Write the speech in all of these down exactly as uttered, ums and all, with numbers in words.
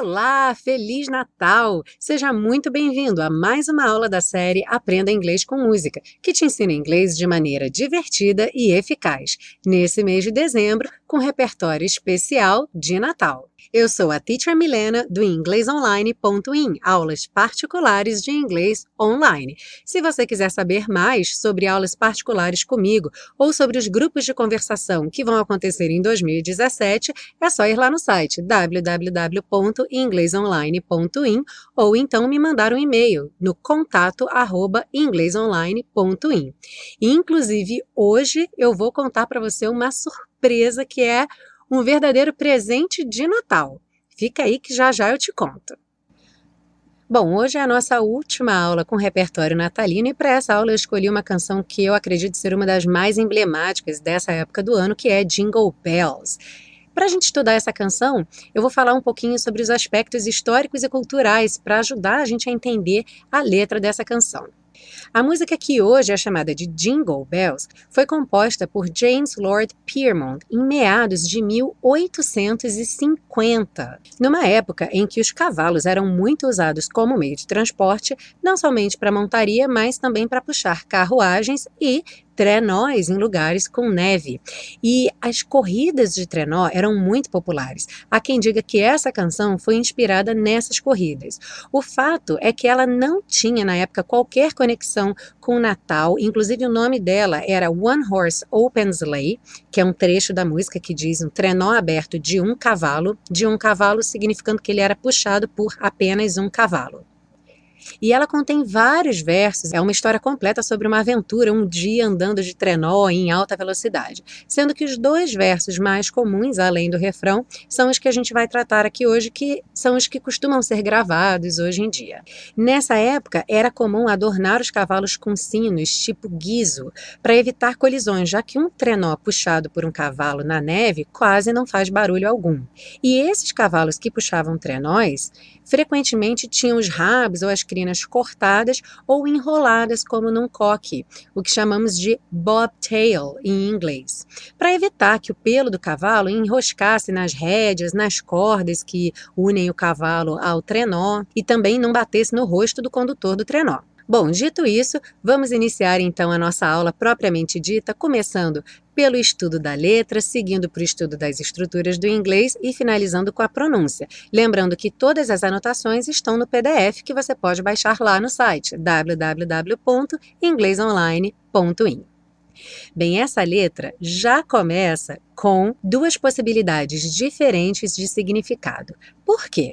Olá, Feliz Natal! Seja muito bem-vindo a mais uma aula da série Aprenda Inglês com Música, que te ensina inglês de maneira divertida e eficaz, nesse mês de dezembro, com repertório especial de Natal. Eu sou a Teacher Milena, do inglês online ponto in, aulas particulares de inglês online. Se você quiser saber mais sobre aulas particulares comigo ou sobre os grupos de conversação que vão acontecer em dois mil e dezessete, é só ir lá no site w w w ponto inglês online ponto in ou então me mandar um e-mail no contato arroba inglês online ponto in. Inclusive, hoje eu vou contar para você uma surpresa que é um verdadeiro presente de Natal. Fica aí que já já eu te conto. Bom, hoje é a nossa última aula com repertório natalino e para essa aula eu escolhi uma canção que eu acredito ser uma das mais emblemáticas dessa época do ano, que é Jingle Bells. Para a gente estudar essa canção, eu vou falar um pouquinho sobre os aspectos históricos e culturais para ajudar a gente a entender a letra dessa canção. A música que hoje é chamada de Jingle Bells foi composta por James Lord Pierpont em meados de mil oitocentos e cinquenta, numa época em que os cavalos eram muito usados como meio de transporte, não somente para montaria, mas também para puxar carruagens e trenós em lugares com neve. E as corridas de trenó eram muito populares. Há quem diga que essa canção foi inspirada nessas corridas. O fato é que ela não tinha, na época, qualquer conexão com o Natal, inclusive o nome dela era One Horse Open Sleigh, que é um trecho da música que diz um trenó aberto de um cavalo, de um cavalo significando que ele era puxado por apenas um cavalo. E ela contém vários versos, é uma história completa sobre uma aventura, um dia andando de trenó em alta velocidade, sendo que os dois versos mais comuns, além do refrão, são os que a gente vai tratar aqui hoje, que são os que costumam ser gravados hoje em dia. Nessa época, era comum adornar os cavalos com sinos tipo guizo, para evitar colisões, já que um trenó puxado por um cavalo na neve quase não faz barulho algum. E esses cavalos que puxavam trenós, frequentemente tinham os rabos ou as crinas cortadas ou enroladas como num coque, o que chamamos de bobtail em inglês, para evitar que o pelo do cavalo enroscasse nas rédeas, nas cordas que unem o cavalo ao trenó e também não batesse no rosto do condutor do trenó. Bom, dito isso, vamos iniciar então a nossa aula propriamente dita, começando pelo estudo da letra, seguindo para o estudo das estruturas do inglês e finalizando com a pronúncia. Lembrando que todas as anotações estão no P D F que você pode baixar lá no site w w w ponto inglês online ponto in. Bem, essa letra já começa com duas possibilidades diferentes de significado. Por quê?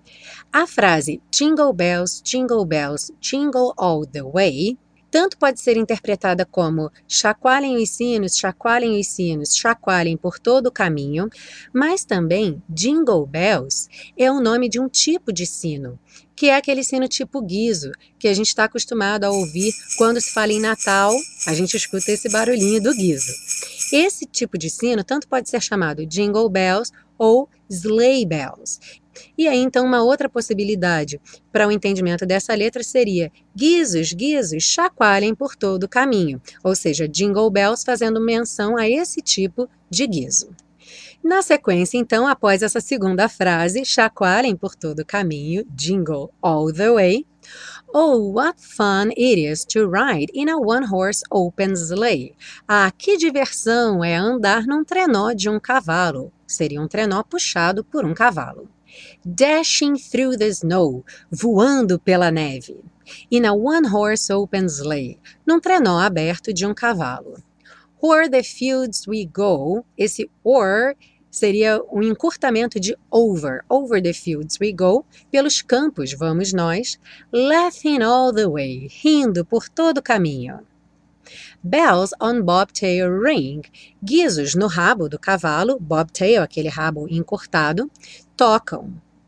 A frase Jingle Bells, Jingle Bells, Jingle All the Way tanto pode ser interpretada como chacoalhem os sinos, chacoalhem os sinos, chacoalhem por todo o caminho, mas também Jingle Bells é o nome de um tipo de sino, que é aquele sino tipo guizo, que a gente está acostumado a ouvir quando se fala em Natal, a gente escuta esse barulhinho do guizo. Esse tipo de sino tanto pode ser chamado Jingle Bells ou Sleigh Bells. E aí, então, uma outra possibilidade para o entendimento dessa letra seria guizos, guizos, chacoalhem por todo o caminho, ou seja, Jingle Bells fazendo menção a esse tipo de guizo. Na sequência, então, após essa segunda frase, chacoalhem por todo o caminho, Jingle all the way. Oh, what fun it is to ride in a one-horse open sleigh. Ah, que diversão é andar num trenó de um cavalo. Seria um trenó puxado por um cavalo. Dashing through the snow, voando pela neve. In a one-horse open sleigh, num trenó aberto de um cavalo. O'er the fields we go, esse o'er seria um encurtamento de over, over the fields we go, pelos campos vamos nós, laughing all the way, rindo por todo o caminho. Bells on bobtail ring, guizos no rabo do cavalo, bobtail, aquele rabo encurtado, tocam.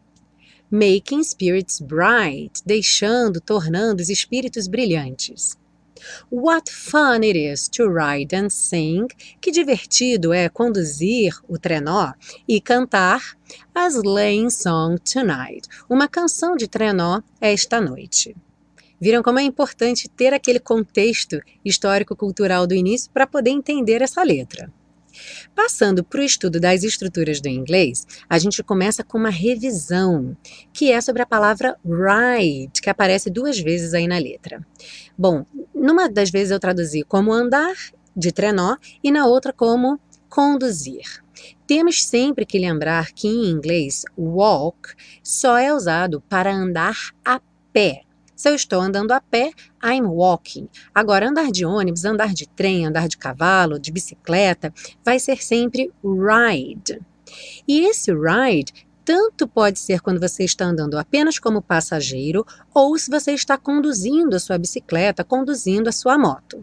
Making spirits bright, deixando, tornando os espíritos brilhantes. What fun it is to ride and sing, que divertido é conduzir o trenó e cantar a sleighing song tonight, uma canção de trenó esta noite. Viram como é importante ter aquele contexto histórico-cultural do início para poder entender essa letra. Passando para o estudo das estruturas do inglês, a gente começa com uma revisão, que é sobre a palavra ride, que aparece duas vezes aí na letra. Bom, numa das vezes eu traduzi como andar, de trenó, e na outra como conduzir. Temos sempre que lembrar que em inglês, walk só é usado para andar a pé. Se eu estou andando a pé, I'm walking. Agora, andar de ônibus, andar de trem, andar de cavalo, de bicicleta, vai ser sempre ride. E esse ride tanto pode ser quando você está andando apenas como passageiro ou se você está conduzindo a sua bicicleta, conduzindo a sua moto.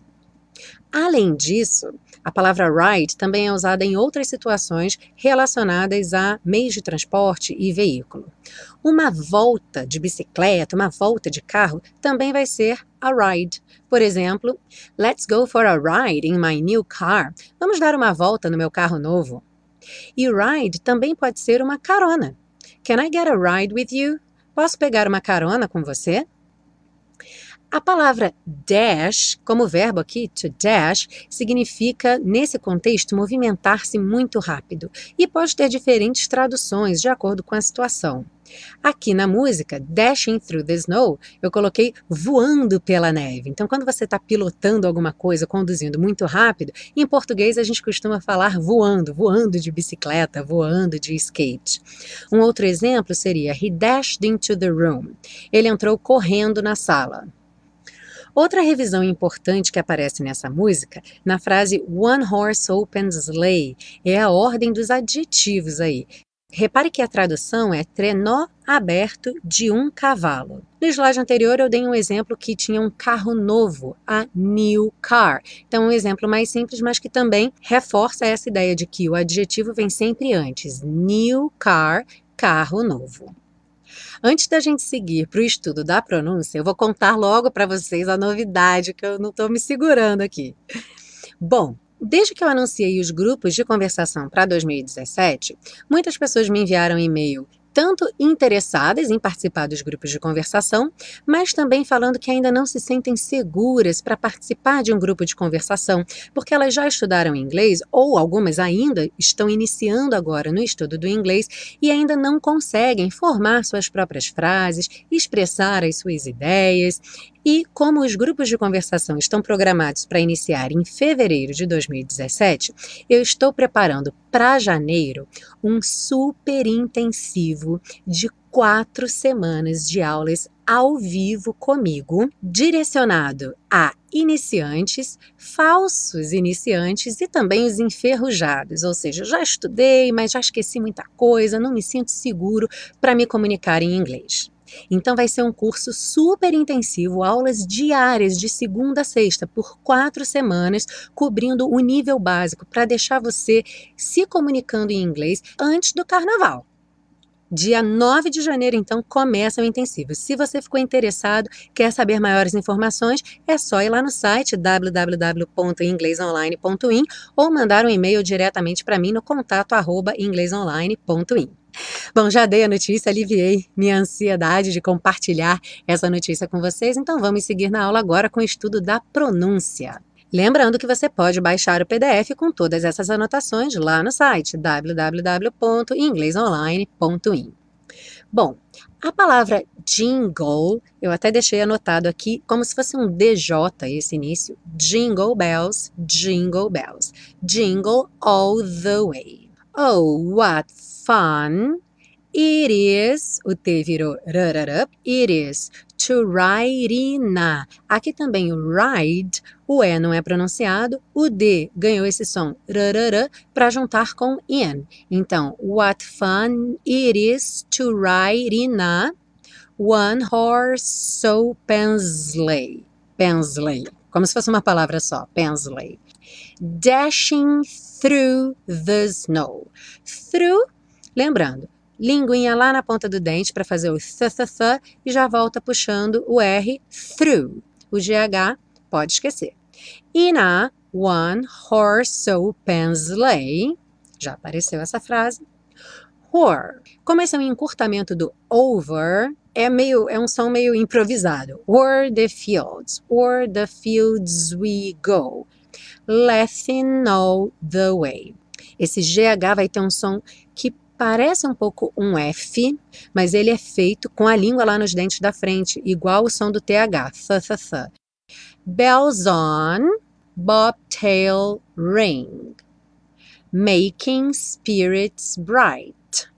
Além disso, a palavra ride também é usada em outras situações relacionadas a meios de transporte e veículo. Uma volta de bicicleta, uma volta de carro, também vai ser a ride. Por exemplo, let's go for a ride in my new car. Vamos dar uma volta no meu carro novo. E ride também pode ser uma carona. Can I get a ride with you? Posso pegar uma carona com você? A palavra dash, como verbo aqui, to dash, significa, nesse contexto, movimentar-se muito rápido e pode ter diferentes traduções de acordo com a situação. Aqui na música, Dashing Through the Snow, eu coloquei voando pela neve. Então, quando você está pilotando alguma coisa, conduzindo muito rápido, em português a gente costuma falar voando, voando de bicicleta, voando de skate. Um outro exemplo seria He dashed into the room. Ele entrou correndo na sala. Outra revisão importante que aparece nessa música, na frase One Horse Open Sleigh, é a ordem dos adjetivos aí. Repare que a tradução é trenó aberto de um cavalo. No slide anterior eu dei um exemplo que tinha um carro novo, a new car. Então um exemplo mais simples, mas que também reforça essa ideia de que o adjetivo vem sempre antes. New car, carro novo. Antes da gente seguir para o estudo da pronúncia, eu vou contar logo para vocês a novidade, que eu não estou me segurando aqui. Bom, desde que eu anunciei os grupos de conversação para dois mil e dezessete, muitas pessoas me enviaram e-mail tanto interessadas em participar dos grupos de conversação, mas também falando que ainda não se sentem seguras para participar de um grupo de conversação, porque elas já estudaram inglês ou algumas ainda estão iniciando agora no estudo do inglês e ainda não conseguem formar suas próprias frases, expressar as suas ideias. E como os grupos de conversação estão programados para iniciar em fevereiro de dois mil e dezessete, eu estou preparando para janeiro um super intensivo de quatro semanas de aulas ao vivo comigo, direcionado a iniciantes, falsos iniciantes e também os enferrujados, ou seja, já estudei, mas já esqueci muita coisa, não me sinto seguro para me comunicar em inglês. Então vai ser um curso super intensivo, aulas diárias de segunda a sexta, por quatro semanas, cobrindo o nível básico para deixar você se comunicando em inglês antes do carnaval. Dia nove de janeiro, então, começa o intensivo. Se você ficou interessado, quer saber maiores informações, é só ir lá no site w w w ponto inglês online ponto in ou mandar um e-mail diretamente para mim no contato arroba inglês online ponto in. Bom, já dei a notícia, aliviei minha ansiedade de compartilhar essa notícia com vocês, então vamos seguir na aula agora com o estudo da pronúncia. Lembrando que você pode baixar o P D F com todas essas anotações lá no site w w w ponto inglês online ponto in. Bom, a palavra jingle, eu até deixei anotado aqui como se fosse um D J esse início. Jingle bells, jingle bells. Jingle all the way. Oh, what fun it is, o T virou rarara, it is to ride in a. Aqui também o ride, o E não é pronunciado, o D ganhou esse som rarara para juntar com in. Então, what fun it is to ride in a one horse open sleigh. Sleigh, como se fosse uma palavra só, sleigh. Dashing through the snow. Through, lembrando, linguinha lá na ponta do dente para fazer o th, th, th e já volta puxando o R, through. O G H pode esquecer. In a one horse open sleigh, já apareceu essa frase. O'er, como esse é um encurtamento do over, é, meio, é um som meio improvisado. O'er the fields, o'er the fields we go. laughing all the way. Esse G H vai ter um som que parece um pouco um F, mas ele é feito com a língua lá nos dentes da frente, igual o som do T H, th, th, th. Bells on, bobtail ring, making spirits bright.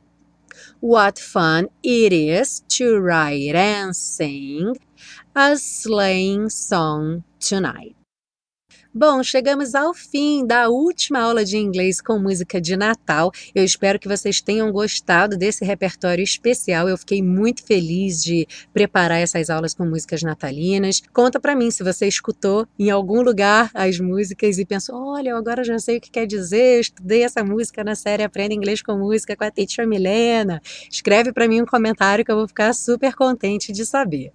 What fun it is to write and sing a sleighing song tonight. Bom, chegamos ao fim da última aula de inglês com música de Natal. Eu espero que vocês tenham gostado desse repertório especial. Eu fiquei muito feliz de preparar essas aulas com músicas natalinas. Conta pra mim se você escutou em algum lugar as músicas e pensou, olha, eu agora já sei o que quer dizer, eu estudei essa música na série Aprenda Inglês com Música com a Teacher Milena. Escreve pra mim um comentário que eu vou ficar super contente de saber.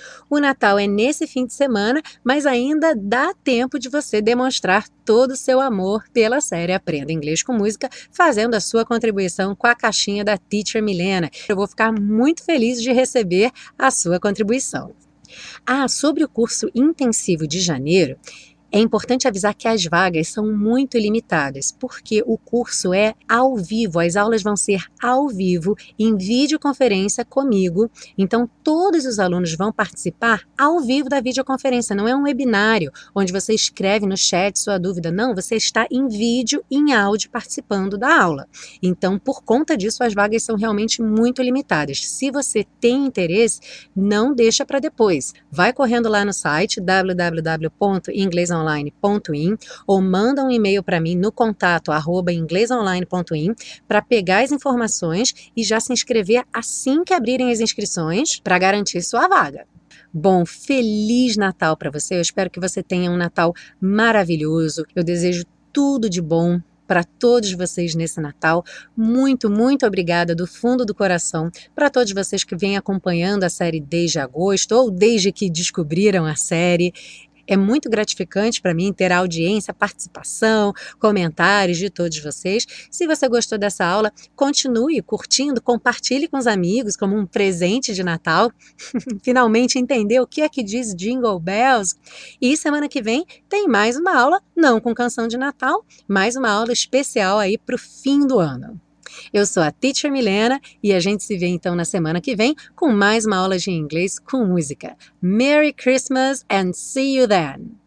O Natal é nesse fim de semana, mas ainda dá tempo de você demonstrar todo o seu amor pela série Aprenda Inglês com Música, fazendo a sua contribuição com a caixinha da Teacher Milena. Eu vou ficar muito feliz de receber a sua contribuição. Ah, sobre o curso intensivo de janeiro, é importante avisar que as vagas são muito limitadas, porque o curso é ao vivo, as aulas vão ser ao vivo, em videoconferência comigo, então todos os alunos vão participar ao vivo da videoconferência, não é um webinário, onde você escreve no chat sua dúvida, não, você está em vídeo e em áudio participando da aula. Então, por conta disso, as vagas são realmente muito limitadas. Se você tem interesse, não deixa para depois. Vai correndo lá no site w w w ponto inglês online ponto in ou manda um e-mail para mim no contato arroba inglês online ponto in para pegar as informações e já se inscrever assim que abrirem as inscrições para garantir sua vaga. Bom, Feliz Natal para você, eu espero que você tenha um Natal maravilhoso, eu desejo tudo de bom para todos vocês nesse Natal. Muito, muito obrigada do fundo do coração para todos vocês que vêm acompanhando a série desde agosto ou desde que descobriram a série. É muito gratificante para mim ter a audiência, a participação, comentários de todos vocês. Se você gostou dessa aula, continue curtindo, compartilhe com os amigos como um presente de Natal. Finalmente entender o que é que diz Jingle Bells. E semana que vem tem mais uma aula, não com canção de Natal, mais uma aula especial aí para o fim do ano. Eu sou a Teacher Milena e a gente se vê então na semana que vem com mais uma aula de inglês com música. Merry Christmas and see you then!